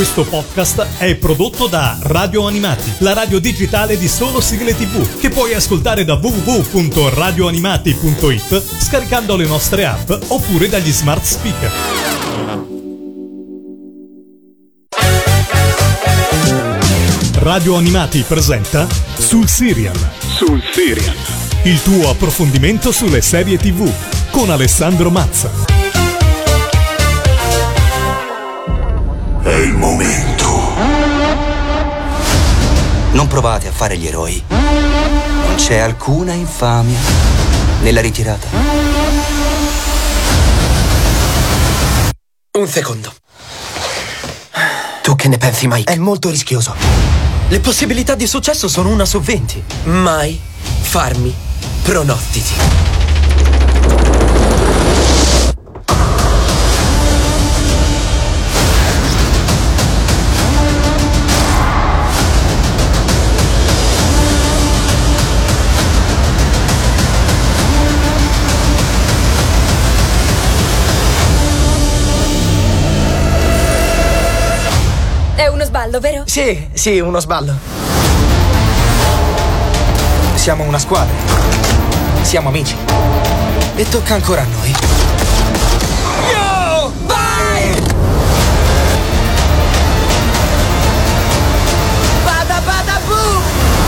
Questo podcast è prodotto da Radio Animati, la radio digitale di solo sigle TV, che puoi ascoltare da www.radioanimati.it scaricando le nostre app oppure dagli smart speaker. Radio Animati presenta Sul Serial. Sul Serial. Il tuo approfondimento sulle serie TV con Alessandro Mazza. È il momento. Non provate a fare gli eroi. Non c'è alcuna infamia nella ritirata. Un secondo. Tu che ne pensi, Mike? È molto rischioso. Le possibilità di successo sono 1 su 20. Mai farmi pronostici. È uno sballo, vero? Sì, uno sballo. Siamo una squadra. Siamo amici. E tocca ancora a noi. Yo! Vai! Bada bada boom!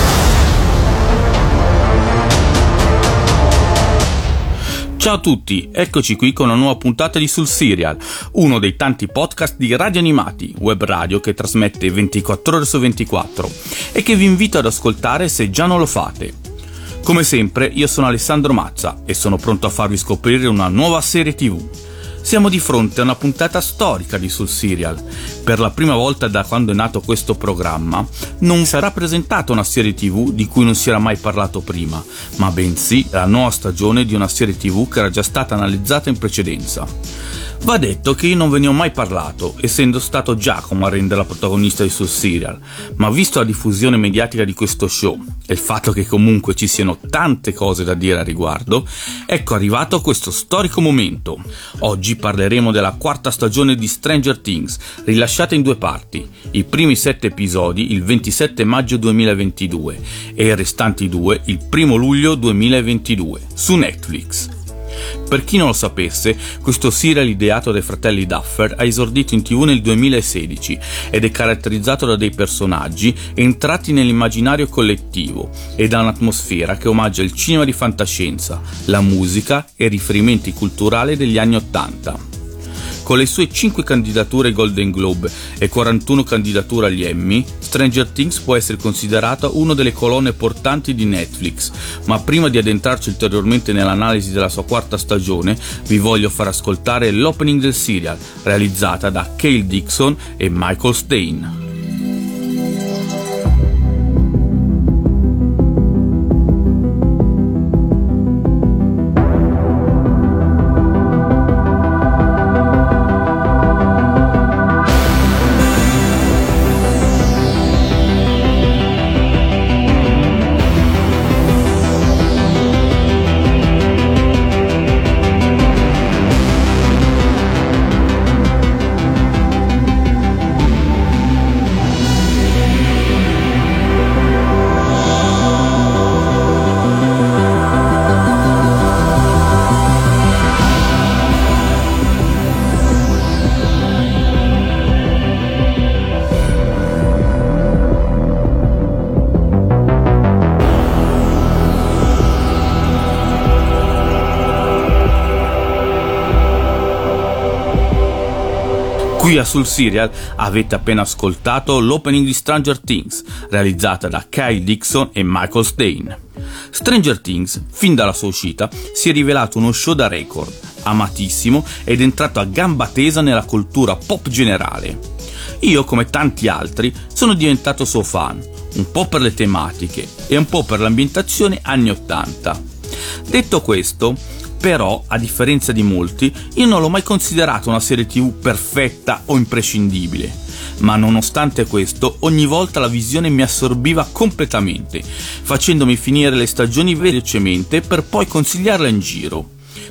Ciao a tutti, eccoci qui con una nuova puntata di Sul Serial, uno dei tanti podcast di Radio Animati, web radio che trasmette 24 ore su 24 e che vi invito ad ascoltare se già non lo fate. Come sempre, io sono Alessandro Mazza e sono pronto a farvi scoprire una nuova serie TV. Siamo di fronte a una puntata storica di Sul Serial. Per la prima volta da quando è nato questo programma, non sarà presentata una serie TV di cui non si era mai parlato prima, ma bensì la nuova stagione di una serie TV che era già stata analizzata in precedenza. Va detto che io non ve ne ho mai parlato, essendo stato Giacomo a rendere la protagonista di Sul Serial, ma visto la diffusione mediatica di questo show e il fatto che comunque ci siano tante cose da dire a riguardo, ecco arrivato questo storico momento. Oggi parleremo della 4ª stagione di Stranger Things, rilasciata in 2 parti, i primi 7 episodi il 27 maggio 2022 e i restanti 2 il 1 luglio 2022, su Netflix. Per chi non lo sapesse, questo serial ideato dai fratelli Duffer ha esordito in TV nel 2016 ed è caratterizzato da dei personaggi entrati nell'immaginario collettivo e da un'atmosfera che omaggia il cinema di fantascienza, la musica e i riferimenti culturali degli anni '80. Con le sue 5 candidature ai Golden Globe e 41 candidature agli Emmy, Stranger Things può essere considerata una delle colonne portanti di Netflix, ma prima di addentrarci ulteriormente nell'analisi della sua 4ª stagione, vi voglio far ascoltare l'opening del serial, realizzata da Cale Dixon e Michael Stein. Qui a Sul Serial avete appena ascoltato l'opening di Stranger Things, realizzata da Kyle Dixon e Michael Stein. Stranger Things, fin dalla sua uscita, si è rivelato uno show da record, amatissimo ed entrato a gamba tesa nella cultura pop generale. Io, come tanti altri, sono diventato suo fan, un po' per le tematiche e un po' per l'ambientazione anni '80. Detto questo, però, a differenza di molti, io non l'ho mai considerata una serie TV perfetta o imprescindibile. Ma nonostante questo, ogni volta la visione mi assorbiva completamente, facendomi finire le stagioni velocemente per poi consigliarla in giro.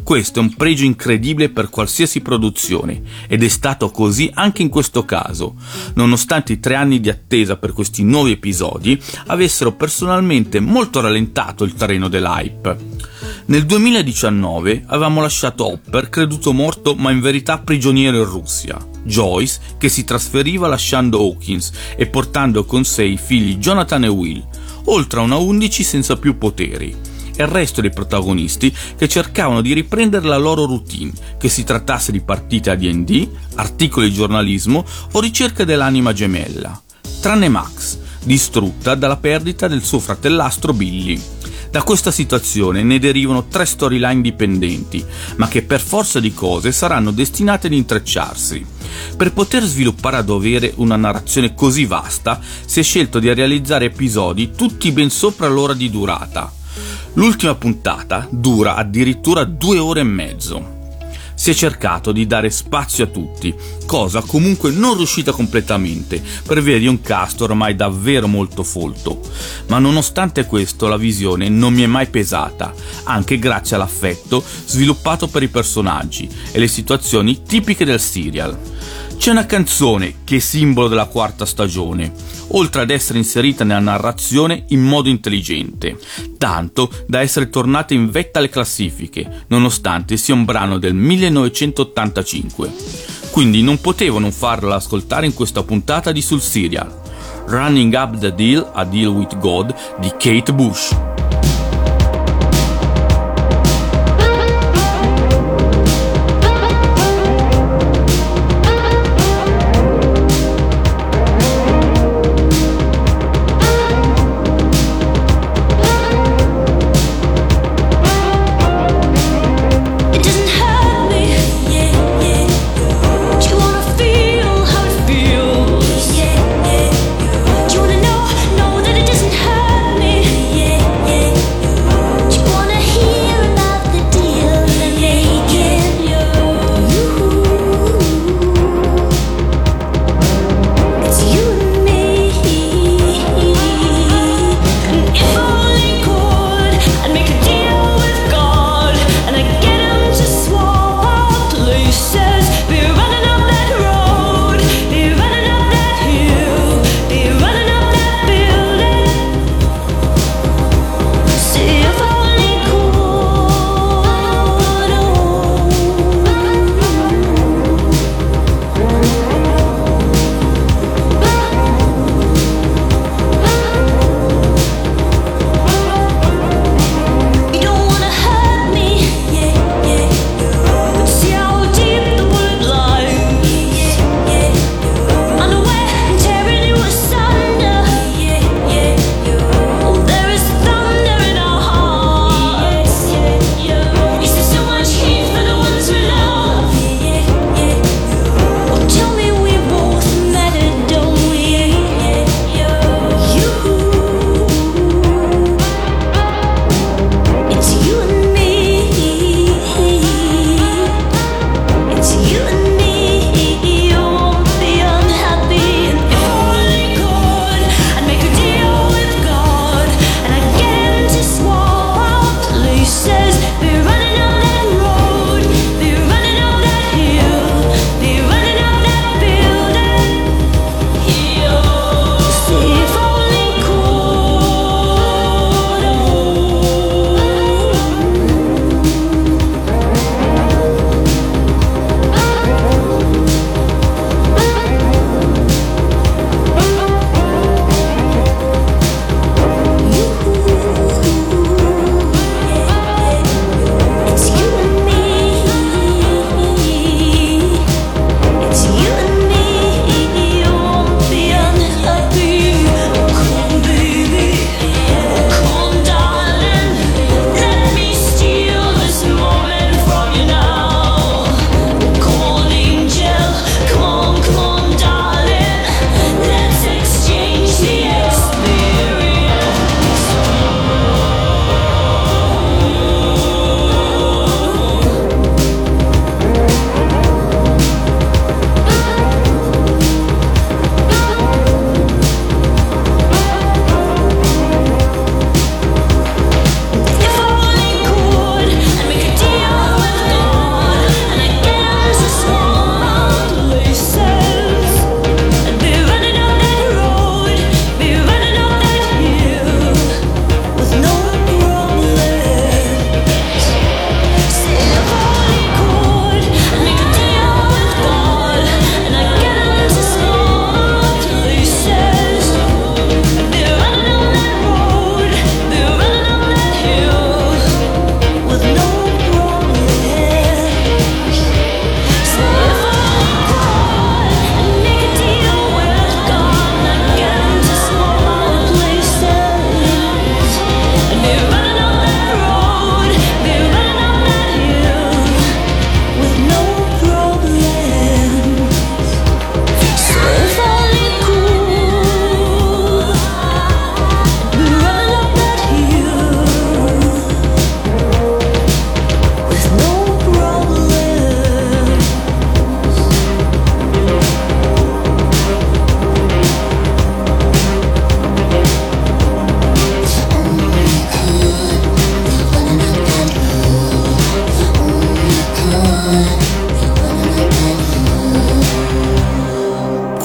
Questo è un pregio incredibile per qualsiasi produzione, ed è stato così anche in questo caso, nonostante i 3 anni di attesa per questi nuovi episodi avessero personalmente molto rallentato il treno dell'hype. Nel 2019 avevamo lasciato Hopper creduto morto ma in verità prigioniero in Russia, Joyce che si trasferiva lasciando Hawkins e portando con sé i figli Jonathan e Will, oltre a una 11 senza più poteri, e il resto dei protagonisti che cercavano di riprendere la loro routine, che si trattasse di partite a D&D, articoli di giornalismo o ricerca dell'anima gemella, tranne Max, distrutta dalla perdita del suo fratellastro Billy. Da questa situazione ne derivano 3 storyline dipendenti, ma che per forza di cose saranno destinate ad intrecciarsi. Per poter sviluppare a dovere una narrazione così vasta, si è scelto di realizzare episodi tutti ben sopra l'ora di durata. L'ultima puntata dura addirittura 2 ore e mezzo. Si è cercato di dare spazio a tutti, cosa comunque non riuscita completamente per via di un cast ormai davvero molto folto, ma nonostante questo la visione non mi è mai pesata, anche grazie all'affetto sviluppato per i personaggi e le situazioni tipiche del serial. C'è una canzone che è simbolo della 4ª stagione, oltre ad essere inserita nella narrazione in modo intelligente, tanto da essere tornata in vetta alle classifiche, nonostante sia un brano del 1985. Quindi non potevo non farla ascoltare in questa puntata di Sul Serial. Running Up the Deal, A Deal with God di Kate Bush. Know that it doesn't hurt me.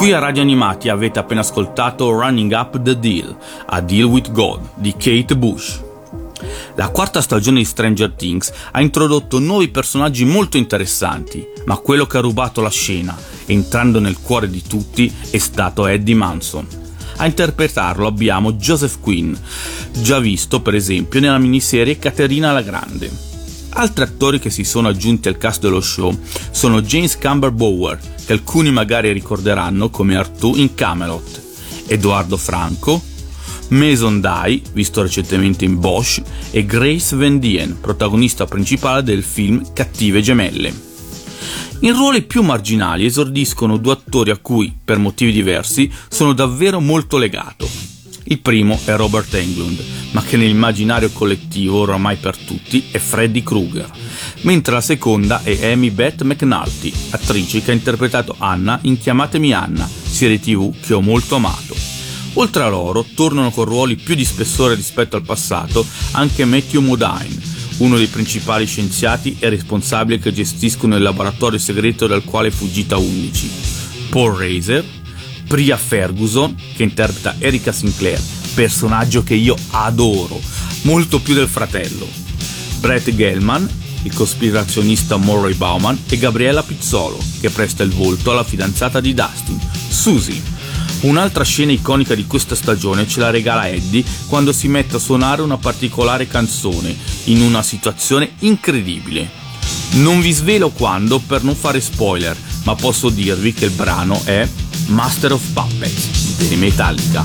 Qui a Radio Animati avete appena ascoltato Running Up the Deal, A Deal with God di Kate Bush. La quarta stagione di Stranger Things ha introdotto nuovi personaggi molto interessanti, ma quello che ha rubato la scena, entrando nel cuore di tutti, è stato Eddie Munson. A interpretarlo abbiamo Joseph Quinn, già visto per esempio nella miniserie Caterina la Grande. Altri attori che si sono aggiunti al cast dello show sono James Campbell Bower, che alcuni magari ricorderanno come Artù in Camelot, Edoardo Franco, Mason Dye, visto recentemente in Bosch, e Grace Van Dien, protagonista principale del film Cattive gemelle. In ruoli più marginali esordiscono due attori a cui, per motivi diversi, sono davvero molto legato. Il primo è Robert Englund, ma che nell'immaginario collettivo oramai per tutti è Freddy Krueger, mentre la seconda è Amy Beth McNulty, attrice che ha interpretato Anna in Chiamatemi Anna, serie TV che ho molto amato. Oltre a loro, tornano con ruoli più di spessore rispetto al passato anche Matthew Modine, uno dei principali scienziati e responsabili che gestiscono il laboratorio segreto dal quale è fuggita 11, Paul Reiser, Priya Ferguson, che interpreta Erika Sinclair, personaggio che io adoro, molto più del fratello, Brett Gelman, il cospirazionista Murray Bauman, e Gabriella Pizzolo, che presta il volto alla fidanzata di Dustin, Susie. Un'altra scena iconica di questa stagione ce la regala Eddie quando si mette a suonare una particolare canzone in una situazione incredibile. Non vi svelo quando per non fare spoiler, ma posso dirvi che il brano è Master of Puppets dei Metallica.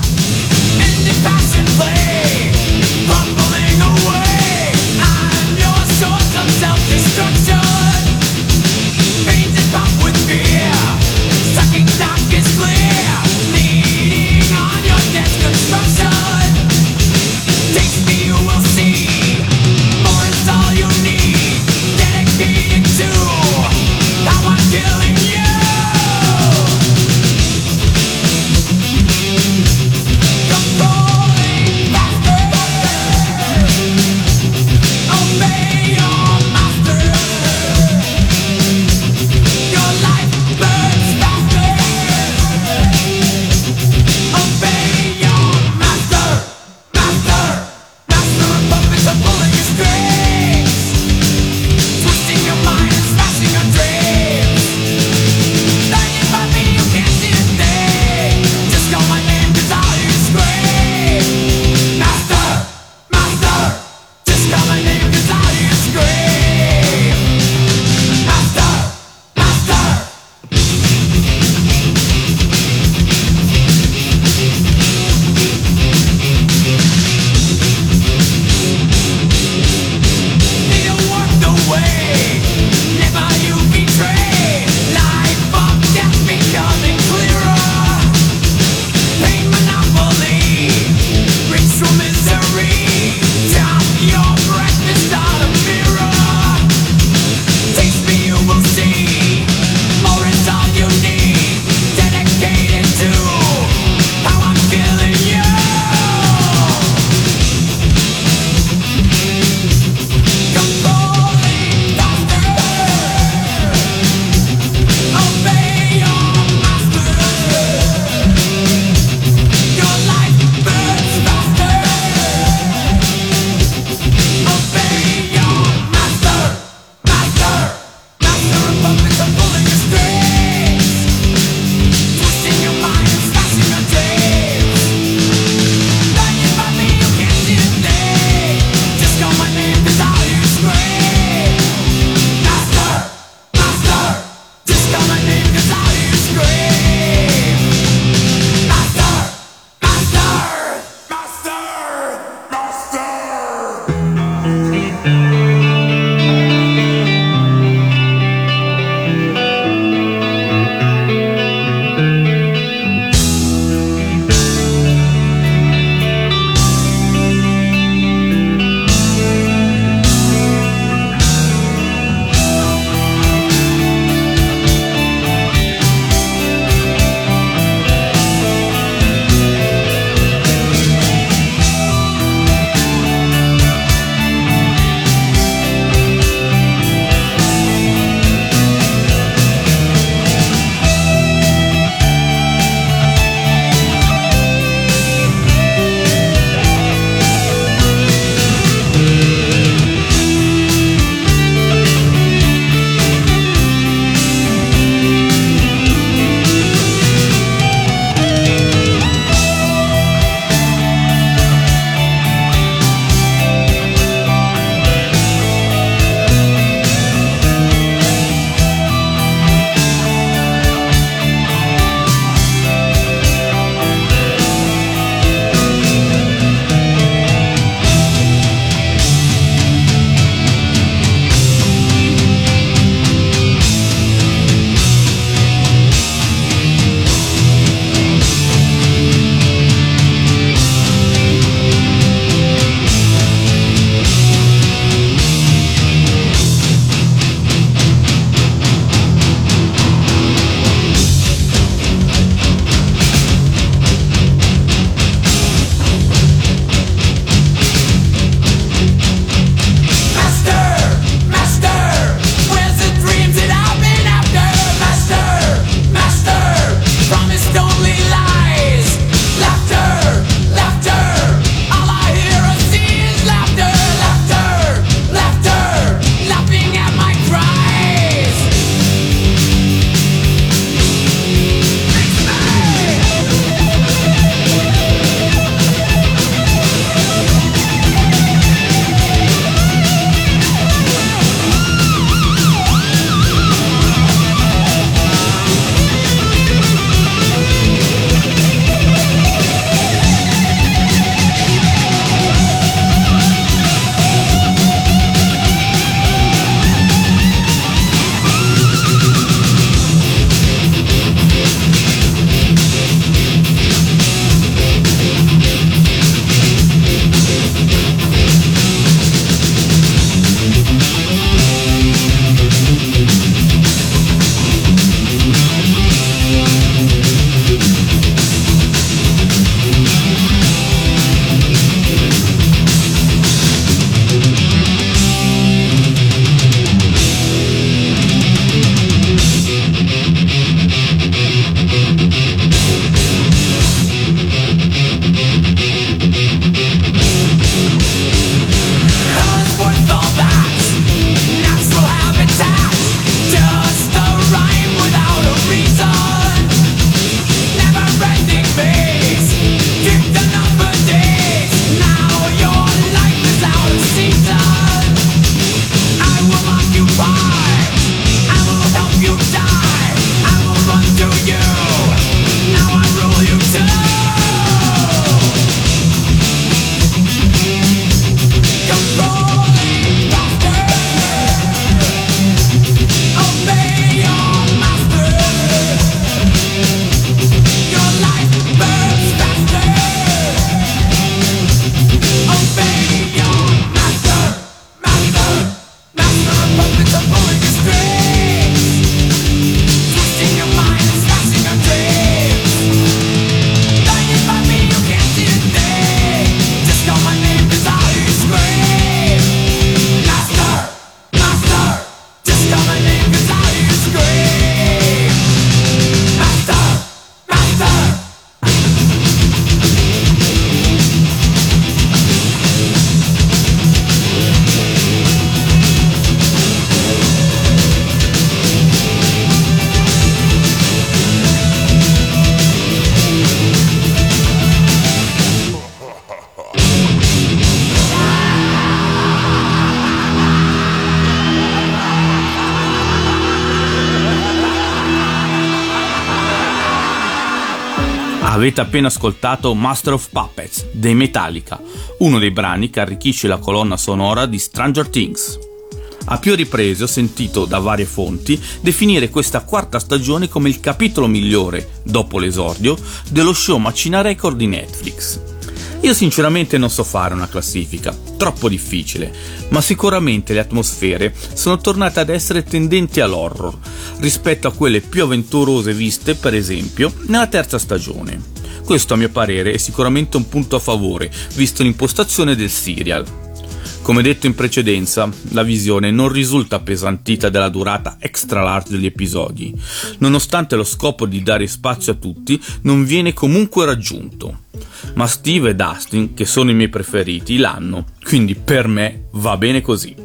Avete appena ascoltato Master of Puppets dei Metallica, uno dei brani che arricchisce la colonna sonora di Stranger Things. A più riprese ho sentito da varie fonti definire questa quarta stagione come il capitolo migliore, dopo l'esordio, dello show Macina Record di Netflix. Io sinceramente non so fare una classifica, troppo difficile, ma sicuramente le atmosfere sono tornate ad essere tendenti all'horror, rispetto a quelle più avventurose viste, per esempio, nella terza stagione. Questo a mio parere è sicuramente un punto a favore, visto l'impostazione del serial. Come detto in precedenza, la visione non risulta appesantita dalla durata extra large degli episodi, nonostante lo scopo di dare spazio a tutti non viene comunque raggiunto. Ma Steve e Dustin, che sono i miei preferiti, l'hanno, quindi per me va bene così.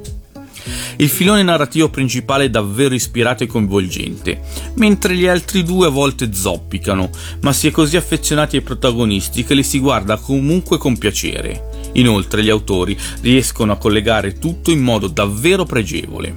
Il filone narrativo principale è davvero ispirato e coinvolgente, mentre gli altri due a volte zoppicano, ma si è così affezionati ai protagonisti che li si guarda comunque con piacere. Inoltre gli autori riescono a collegare tutto in modo davvero pregevole.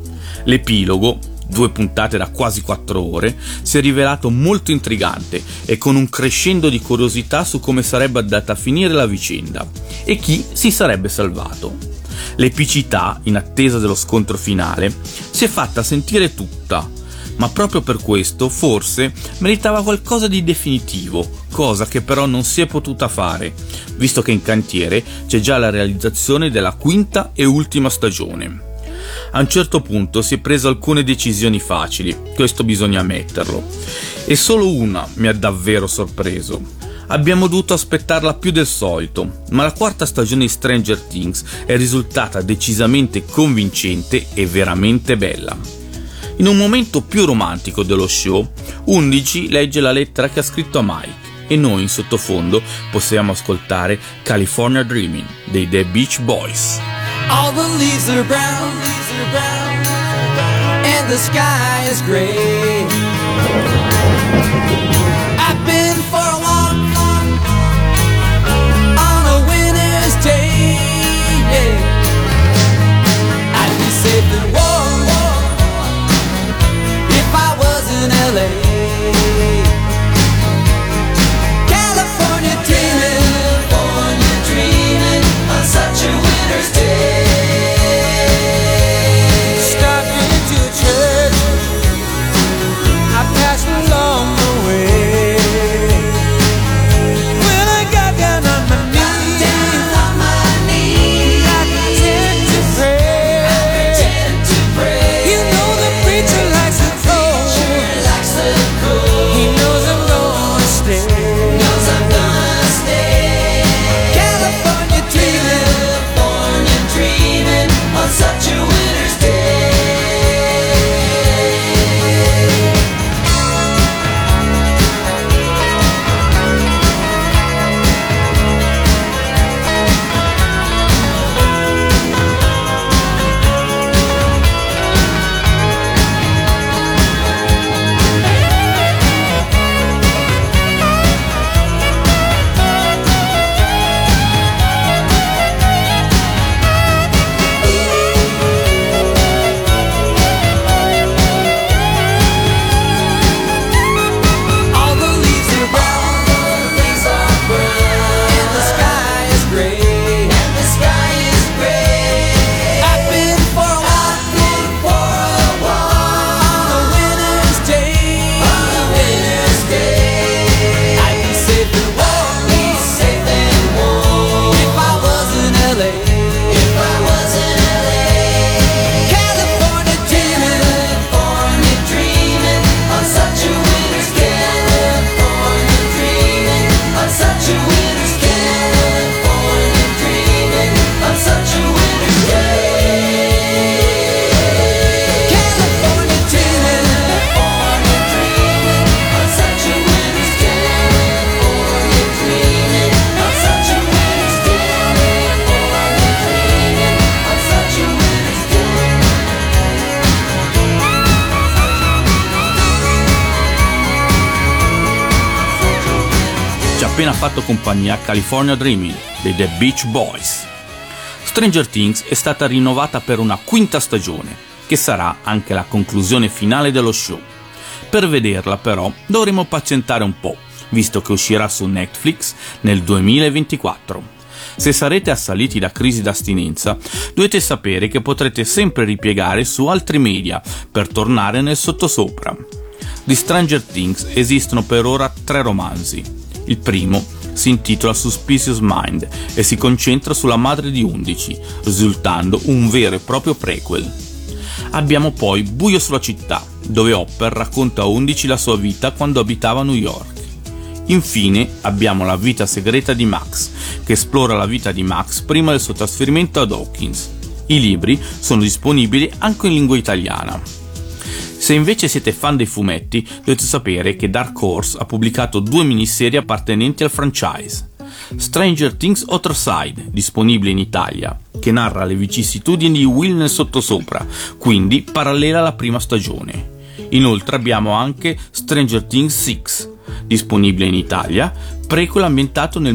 L'epilogo, 2 puntate da quasi 4 ore, si è rivelato molto intrigante e con un crescendo di curiosità su come sarebbe andata a finire la vicenda e chi si sarebbe salvato. L'epicità, in attesa dello scontro finale, si è fatta sentire tutta, ma proprio per questo forse meritava qualcosa di definitivo, cosa che però non si è potuta fare, visto che in cantiere c'è già la realizzazione della quinta e ultima stagione. A un certo punto si è preso alcune decisioni facili, questo bisogna ammetterlo, e solo una mi ha davvero sorpreso. Abbiamo dovuto aspettarla più del solito, ma la quarta stagione di Stranger Things è risultata decisamente convincente e veramente bella. In un momento più romantico dello show, 11 legge la lettera che ha scritto a Mike e noi in sottofondo possiamo ascoltare California Dreaming dei The Beach Boys. All the leaves are brown, and the sky is gray. I've been for a walk on a winter's day. I'd be safe and warm if I was in LA. California dreaming on such a winter's day. Appena fatto compagnia California Dreaming dei The Beach Boys. Stranger Things è stata rinnovata per una quinta stagione, che sarà anche la conclusione finale dello show. Per vederla però dovremo pazientare un po', visto che uscirà su Netflix nel 2024. Se sarete assaliti da crisi d'astinenza, dovete sapere che potrete sempre ripiegare su altri media per tornare nel sottosopra. Di Stranger Things esistono per ora 3 romanzi. Il primo si intitola Suspicious Mind e si concentra sulla madre di 11, risultando un vero e proprio prequel. Abbiamo poi Buio sulla città, dove Hopper racconta a 11 la sua vita quando abitava a New York. Infine abbiamo La vita segreta di Max, che esplora la vita di Max prima del suo trasferimento ad Hawkins. I libri sono disponibili anche in lingua italiana. Se invece siete fan dei fumetti, dovete sapere che Dark Horse ha pubblicato 2 miniserie appartenenti al franchise. Stranger Things Other Side, disponibile in Italia, che narra le vicissitudini di Will nel sottosopra, quindi parallela alla prima stagione. Inoltre abbiamo anche Stranger Things 6, disponibile in Italia, prequel ambientato nel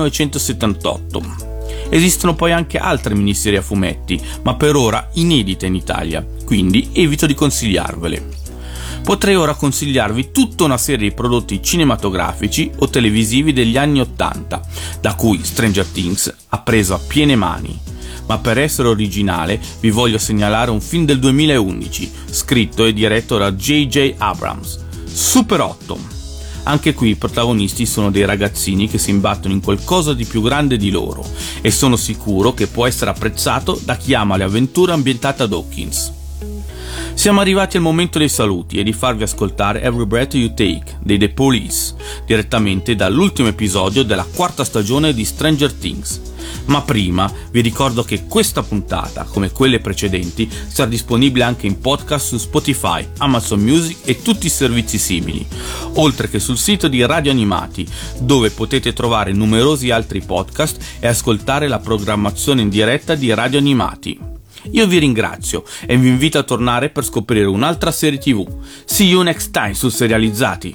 1978. Esistono poi anche altre miniserie a fumetti, ma per ora inedite in Italia, quindi evito di consigliarvele. Potrei ora consigliarvi tutta una serie di prodotti cinematografici o televisivi degli anni 80, da cui Stranger Things ha preso a piene mani. Ma per essere originale vi voglio segnalare un film del 2011, scritto e diretto da J.J. Abrams, Super 8. Anche qui i protagonisti sono dei ragazzini che si imbattono in qualcosa di più grande di loro e sono sicuro che può essere apprezzato da chi ama le avventure ambientate ad Hawkins. Siamo arrivati al momento dei saluti e di farvi ascoltare Every Breath You Take dei The Police, direttamente dall'ultimo episodio della 4ª stagione di Stranger Things. Ma prima vi ricordo che questa puntata, come quelle precedenti, sarà disponibile anche in podcast su Spotify, Amazon Music e tutti i servizi simili, oltre che sul sito di Radio Animati, dove potete trovare numerosi altri podcast e ascoltare la programmazione in diretta di Radio Animati. Io vi ringrazio e vi invito a tornare per scoprire un'altra serie TV. See you next time su Serializzati!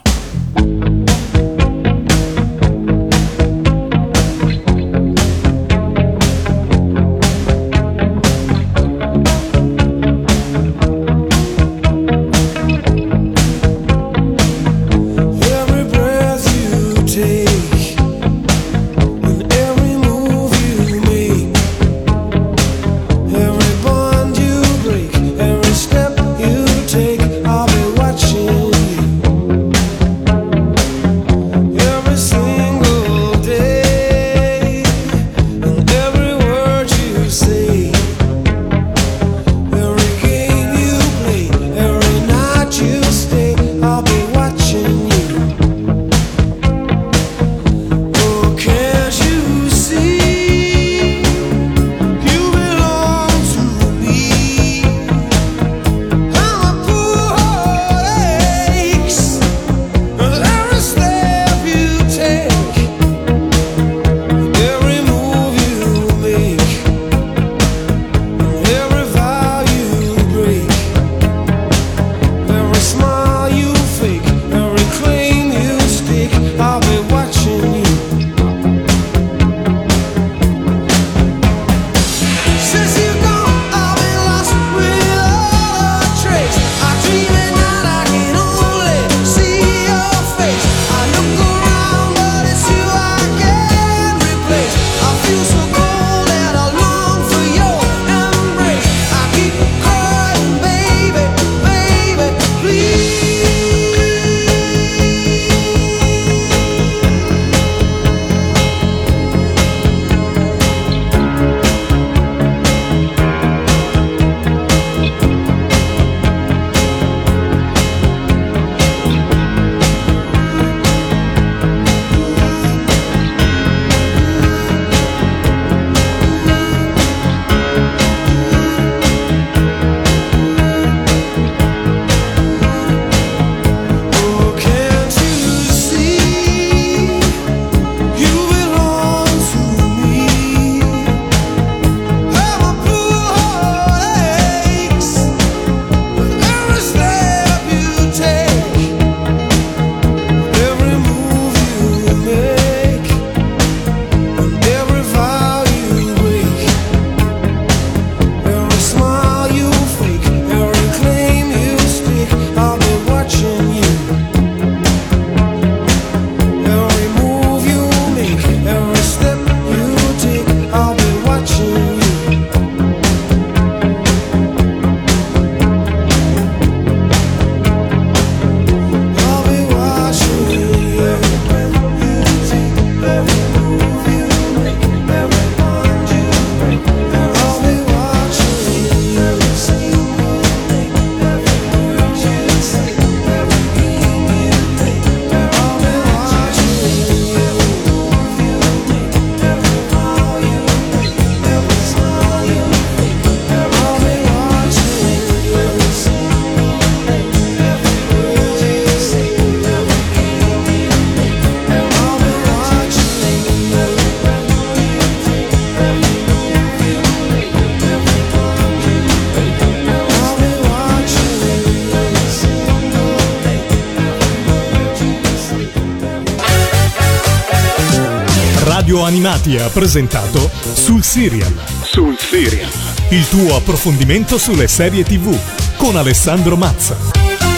Radio Animati ha presentato Sul Serial. Sul Serial. Il tuo approfondimento sulle serie TV con Alessandro Mazza.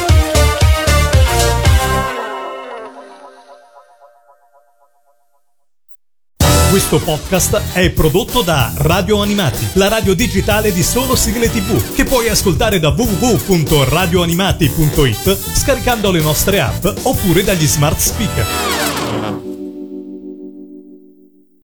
Questo podcast è prodotto da Radio Animati, la radio digitale di solo sigle TV, che puoi ascoltare da www.radioanimati.it scaricando le nostre app oppure dagli smart speaker.